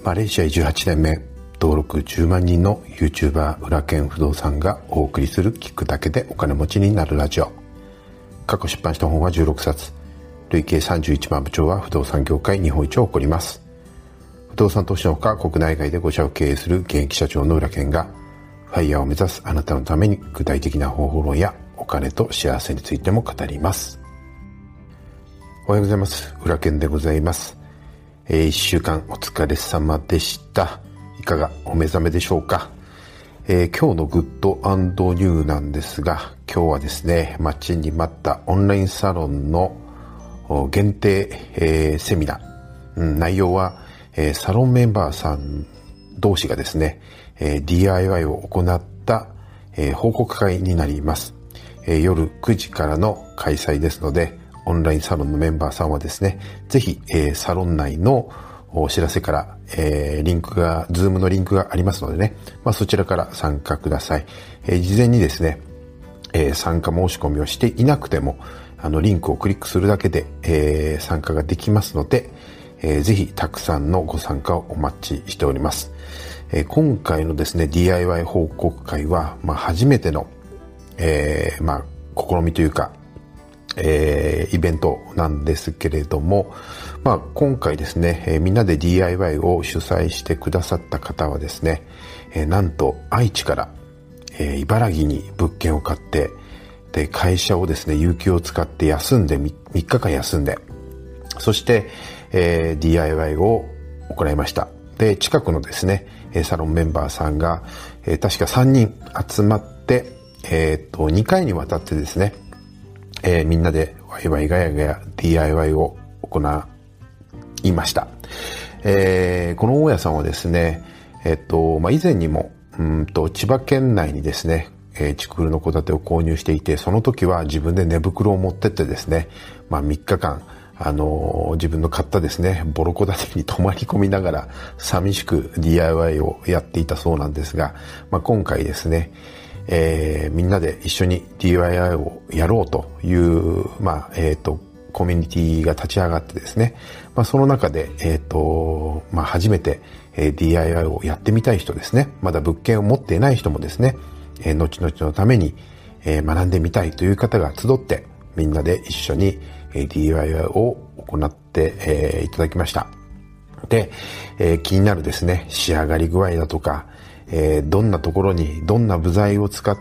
マレーシア18年目、登録10万人の YouTuber 裏剣不動産がお送りする聞くだけでお金持ちになるラジオ。過去出版した本は16冊、累計31万部超は不動産業界日本一を誇ります。不動産投資のほか国内外で5社を経営する現役社長の裏剣がファイヤーを目指すあなたのために具体的な方法論やお金と幸せについても語ります。おはようございます。裏剣でございます。1週間お疲れ様でした。いかがお目覚めでしょうか。今日のグッド&ニューなんですが、今日はですね、待ちに待ったオンラインサロンの限定、セミナー、内容は、サロンメンバーさん同士がですね、DIY を行った、報告会になります。夜9時からの開催ですので、オンラインサロンのメンバーさんはですね、ぜひ、サロン内のお知らせから、リンクが、ズームのリンクがありますのでね、そちらから参加ください。事前にですね、参加申し込みをしていなくても、リンクをクリックするだけで、参加ができますので、ぜひたくさんのご参加をお待ちしております。今回のですね、DIY 報告会は、初めての、試みというか、イベントなんですけれども、今回ですね、みんなで DIY を主催してくださった方はですね、なんと愛知から、茨城に物件を買って、で、会社をですね、有給を使って休んで、3日間休んで、そして、DIY を行いました。で、近くのですね、サロンメンバーさんが、確か3人集まって、2回にわたってですね、みんなでワイワイガヤガヤ DIY を行いました。この大家さんはですね、以前にも千葉県内にですね、築古の戸建てを購入していて、その時は自分で寝袋を持ってってですね、3日間自分の買ったですね、ボロ戸建てに泊まり込みながら寂しく DIY をやっていたそうなんですが、今回ですね、みんなで一緒に DIY をやろうという、コミュニティが立ち上がってですね、その中で、初めて、DIY をやってみたい人ですね、まだ物件を持っていない人もですね、後々のために、学んでみたいという方が集って、みんなで一緒に、DIY を行って、いただきました。で、気になるですね、仕上がり具合だとか、どんなところにどんな部材を使って、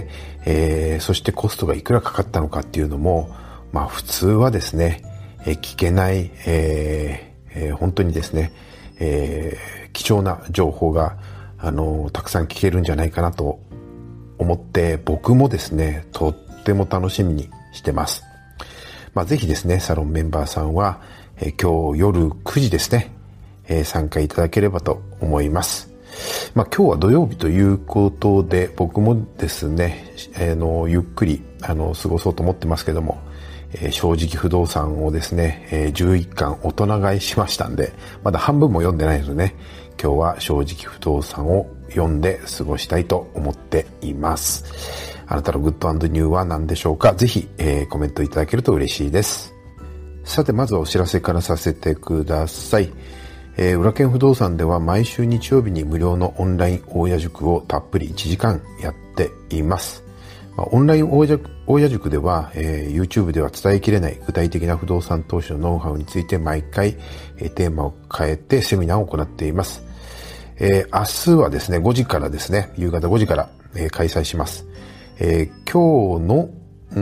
そしてコストがいくらかかったのかっていうのも、普通はですね、聞けない、本当にですね、貴重な情報が、たくさん聞けるんじゃないかなと思って、僕もですね、とっても楽しみにしてます。ぜひですね、サロンメンバーさんは、今日夜9時ですね、参加いただければと思います。今日は土曜日ということで、僕もですね、ゆっくり過ごそうと思ってますけども、正直不動産をですね、11巻大人買いしましたんで、まだ半分も読んでないのでね、今日は正直不動産を読んで過ごしたいと思っています。あなたのグッド&ニューは何でしょうか。ぜひ、コメントいただけると嬉しいです。さて、まずはお知らせからさせてください。裏剣不動産では毎週日曜日に無料のオンライン大家塾をたっぷり1時間やっています。オンライン大家塾では、YouTube では伝えきれない具体的な不動産投資のノウハウについて毎回、テーマを変えてセミナーを行っています。明日はですね、5時からですね、夕方5時から、開催します。今日の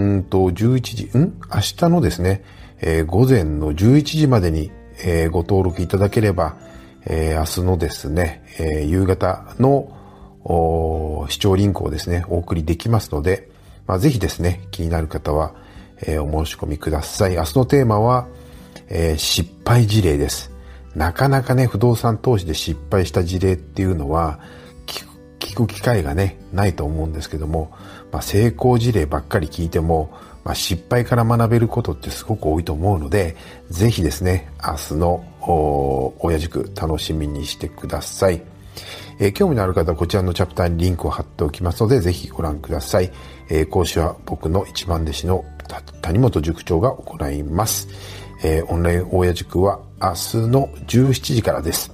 11時、明日のですね、午前の11時までにご登録いただければ、明日のですね、夕方の視聴リンクをですね、お送りできますので、ぜひですね、気になる方は、お申し込みください。明日のテーマは、失敗事例です。なかなかね、不動産投資で失敗した事例っていうのは、聞く機会がね、ないと思うんですけども、成功事例ばっかり聞いても、失敗から学べることってすごく多いと思うので、ぜひですね、明日の親塾楽しみにしてください。興味のある方はこちらのチャプターにリンクを貼っておきますので、ぜひご覧ください。講師は僕の一番弟子の谷本塾長が行います。オンライン大家塾は明日の17時からです。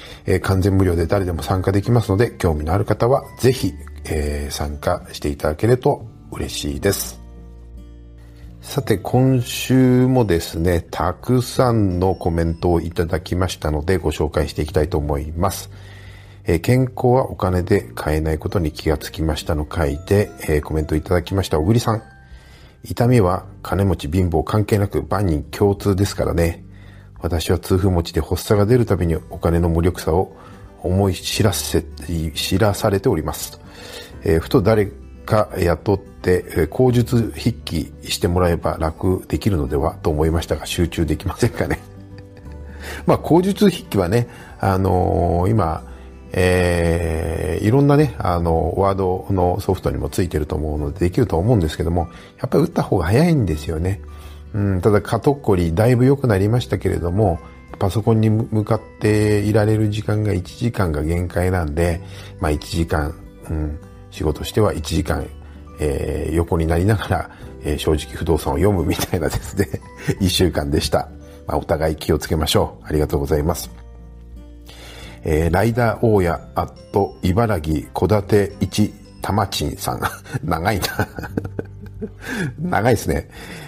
完全無料で誰でも参加できますので、興味のある方はぜひ、参加していただけると嬉しいです。さて、今週もですね、たくさんのコメントをいただきましたのでご紹介していきたいと思います。健康はお金で買えないことに気がつきましたの回で、コメントいただきました小栗さん。痛みは金持ち貧乏関係なく万人共通ですからね。私は痛風持ちで発作が出るたびにお金の無力さを思い知らされております。ふと誰か雇って口述筆記してもらえば楽できるのではと思いましたが、集中できませんかね。まあ口述筆記はね、今いろんなね、ワードのソフトにもついてると思うのでできると思うんですけども、やっぱり打った方が早いんですよね。ただ肩こりだいぶ良くなりましたけれども、パソコンに向かっていられる時間が1時間が限界なんで、まあ1時間、仕事しては1時間、横になりながら、正直不動産を読むみたいなですね、1週間でした。まあお互い気をつけましょう。ありがとうございます。ライダー大家茨城小立一玉賃さん。長いな。長いですね。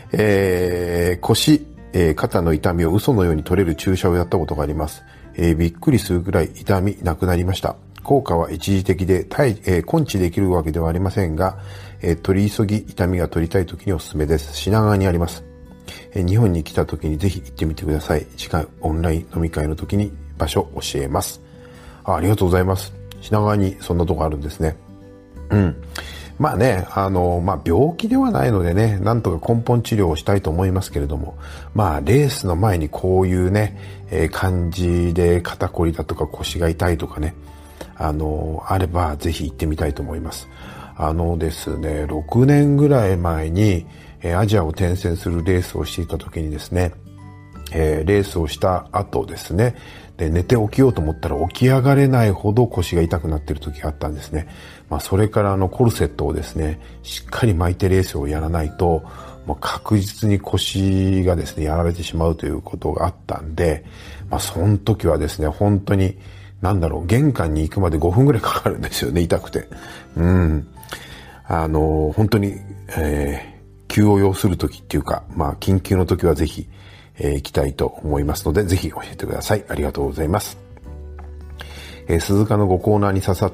腰、肩の痛みを嘘のように取れる注射をやったことがあります。びっくりするぐらい痛みなくなりました。効果は一時的で、根治できるわけではありませんが、取り急ぎ痛みが取りたい時におすすめです。品川にあります。日本に来た時にぜひ行ってみてください。次回オンライン飲み会の時に場所教えます。ありがとうございます。品川にそんなとこあるんですね。まあね、病気ではないのでね、なんとか根本治療をしたいと思いますけれども、まあレースの前にこういうね、感じで肩こりだとか腰が痛いとかね、あればぜひ行ってみたいと思います。ですね、6年ぐらい前に、アジアを転戦するレースをしていた時にですね、レースをした後ですね、で寝て起きようと思ったら起き上がれないほど腰が痛くなっている時があったんですね。まあそれからコルセットをですね、しっかり巻いてレースをやらないと、もう確実に腰がですね、やられてしまうということがあったんで、まあその時はですね、本当に、玄関に行くまで5分ぐらいかかるんですよね、痛くて。本当に、急を要する時っていうか、まあ緊急の時はぜひ、行きたいと思いますので、ぜひ教えてください。ありがとうございます。鈴鹿の5コーナーに刺さって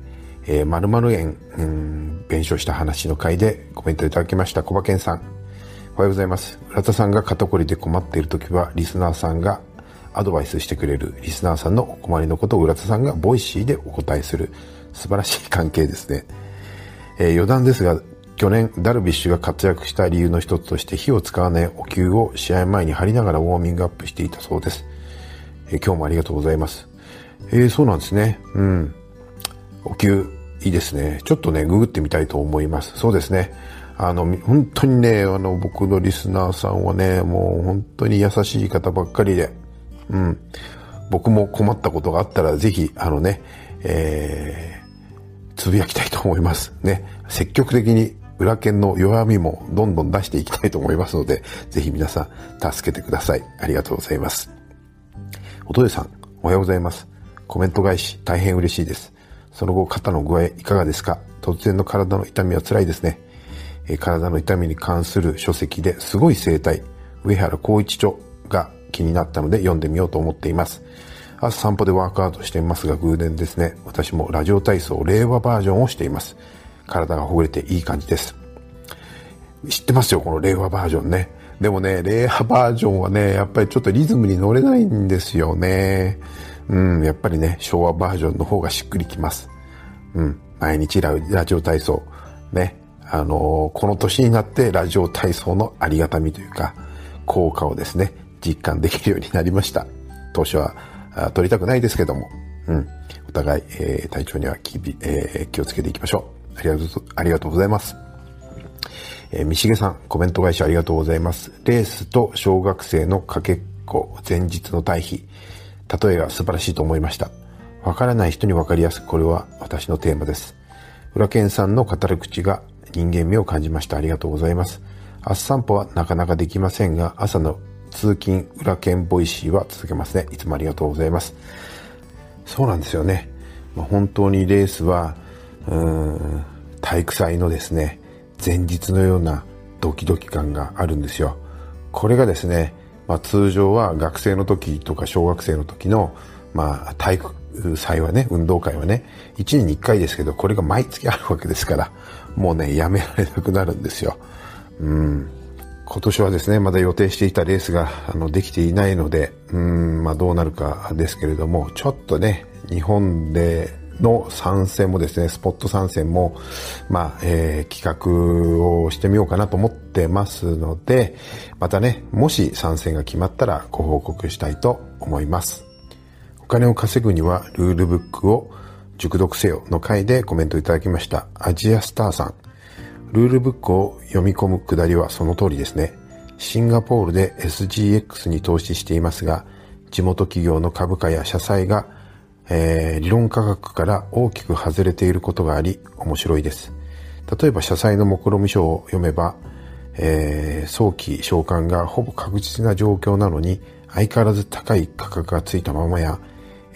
、〇〇円、弁償した話の回でコメントいただきました小馬健さん。おはようございます。浦田さんが肩こりで困っているときは、リスナーさんがアドバイスしてくれる、リスナーさんのお困りのことを浦田さんがボイシーでお答えする、素晴らしい関係ですね。余談ですが、去年ダルビッシュが活躍した理由の一つとして火を使わないお灸を試合前に張りながらウォーミングアップしていたそうです。今日もありがとうございます。そうなんですね。お灸いいですね。ちょっとねググってみたいと思います。そうですね。本当にね僕のリスナーさんはねもう本当に優しい方ばっかりで、僕も困ったことがあったらぜひつぶやきたいと思いますね。積極的に裏剣の弱みもどんどん出していきたいと思いますので、ぜひ皆さん助けてください。ありがとうございます。おとよさん、おはようございます。コメント返し大変嬉しいです。その後肩の具合いかがですか？突然の体の痛みは辛いですね。体の痛みに関する書籍ですごい生態、上原浩一著が気になったので読んでみようと思っています。朝散歩でワークアウトしていますが偶然ですね。私もラジオ体操令和バージョンをしています。体がほぐれていい感じです。知ってますよ、この令和バージョンね。でもね、令和バージョンはね、やっぱりちょっとリズムに乗れないんですよね。やっぱりね、昭和バージョンの方がしっくりきます。毎日ラジオ体操。ね。この年になってラジオ体操のありがたみというか、効果をですね、実感できるようになりました。年は取りたくないですけども、お互い、体調には気をつけていきましょう。ありがとうございます。三重さん、コメント返しありがとうございます。レースと小学生のかけっこ、前日の対比、例えが素晴らしいと思いました。わからない人にわかりやすく、これは私のテーマです。浦健さんの語る口が人間味を感じました。ありがとうございます。朝散歩はなかなかできませんが、朝の通勤浦健ボイシーは続けますね。いつもありがとうございます。 そうなんですよね。本当にレースは体育祭のですね前日のようなドキドキ感があるんですよ。これがですね、通常は学生の時とか小学生の時の、体育祭はね、運動会はね、1年に1回ですけど、これが毎月あるわけですから、もうね、やめられなくなるんですよ。今年はですね、まだ予定していたレースができていないので、どうなるかですけれども、ちょっとね、日本での参戦もですね、スポット参戦も、企画をしてみようかなと思ってますので、またね、もし参戦が決まったらご報告したいと思います。お金を稼ぐにはルールブックを熟読せよの回でコメントいただきましたアジアスターさん。ルールブックを読み込むくだりはその通りですね。シンガポールで SGX に投資していますが、地元企業の株価や社債が理論価格から大きく外れていることがあり面白いです。例えば社債の目論見書を読めば、早期償還がほぼ確実な状況なのに相変わらず高い価格がついたままや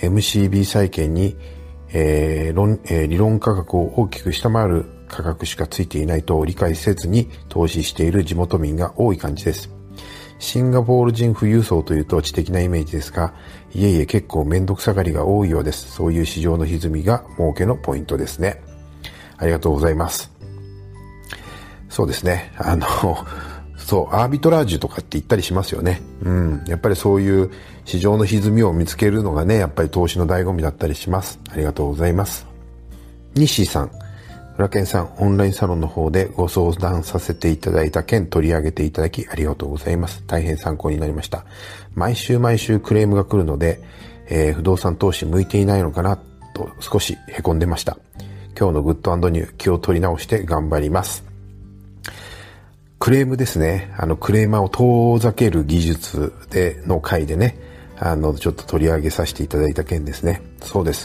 MCB 債券に、理論価格を大きく下回る価格しかついていないと理解せずに投資している地元民が多い感じです。シンガポール人富裕層というと知的なイメージですが、いえいえ結構めんどくさがりが多いようです。そういう市場の歪みが儲けのポイントですね。ありがとうございます。そうですね。アービトラージュとかって言ったりしますよね。やっぱりそういう市場の歪みを見つけるのがね、やっぱり投資の醍醐味だったりします。ありがとうございます。ニッシーさん。浦健さん、オンラインサロンの方でご相談させていただいた件取り上げていただきありがとうございます。大変参考になりました。毎週クレームが来るので、不動産投資向いていないのかなと少し凹んでました。今日のグッド&ニュー気を取り直して頑張ります。クレームですね。クレーマーを遠ざける技術の回でね、ちょっと取り上げさせていただいた件ですね。そうです。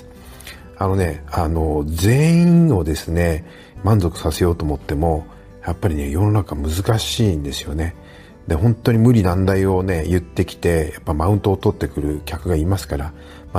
全員をですね、満足させようと思っても、やっぱりね、世の中難しいんですよね。で、本当に無理難題をね、言ってきて、やっぱマウントを取ってくる客がいますから、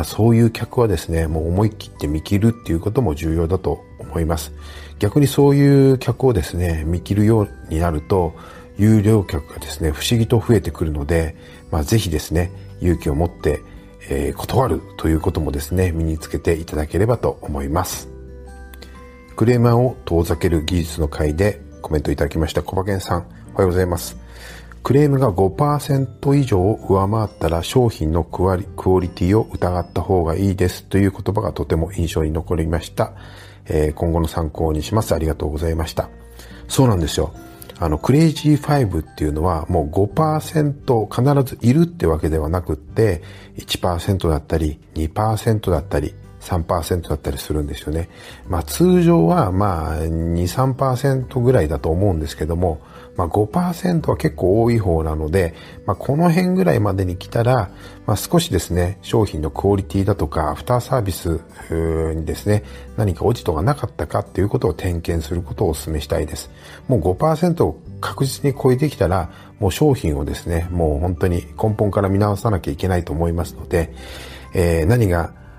そういう客はですね、もう思い切って見切るっていうことも重要だと思います。逆にそういう客をですね、見切るようになると、有料客がですね、不思議と増えてくるので、ぜひですね、勇気を持って、断るということもですね、身につけていただければと思います。クレーマーを遠ざける技術の回でコメントいただきました小馬健さん、おはようございます。クレームが 5% 以上上回ったら商品のクオリティを疑った方がいいですという言葉がとても印象に残りました。今後の参考にします。ありがとうございました。そうなんですよ。クレイジー5っていうのはもう 5% 必ずいるってわけではなくって 1% だったり 2% だったり 3% だったりするんですよね。通常は2、3% ぐらいだと思うんですけども、5% は結構多い方なので、この辺ぐらいまでに来たら、少しですね、商品のクオリティだとか、アフターサービスにですね、何か落ち度がなかったかっていうことを点検することをお勧めしたいです。もう 5% を確実に超えてきたら、もう商品をですね、もう本当に根本から見直さなきゃいけないと思いますので、何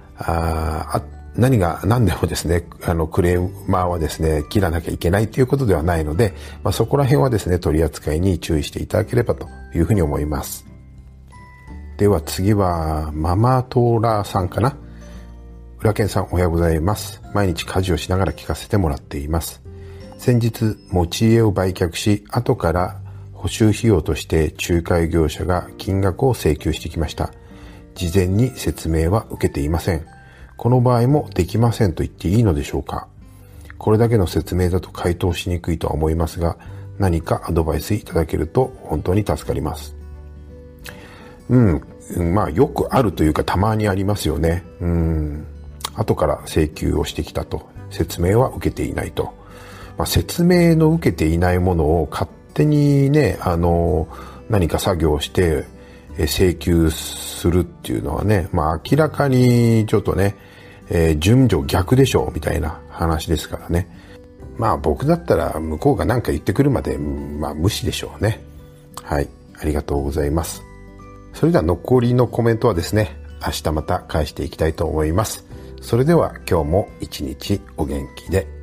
でもですね、クレーマーはですね、切らなきゃいけないということではないので、そこら辺はですね、取り扱いに注意していただければというふうに思います。では次は、ママトーラーさんかな。浦健さん、おはようございます。毎日家事をしながら聞かせてもらっています。先日、持ち家を売却し、後から補修費用として仲介業者が金額を請求してきました。事前に説明は受けていません。この場合もできませんと言っていいのでしょうか。これだけの説明だと回答しにくいとは思いますが、何かアドバイスいただけると本当に助かります。よくあるというかたまにありますよね。後から請求をしてきたと。説明は受けていないと。説明の受けていないものを勝手にね、何か作業して請求するっていうのはね、明らかにちょっとね、順序逆でしょうみたいな話ですからね。僕だったら向こうが何か言ってくるまで、無視でしょうね。はい、ありがとうございます。それでは残りのコメントはですね、 明日また返していきたいと思います。それでは今日も一日お元気で。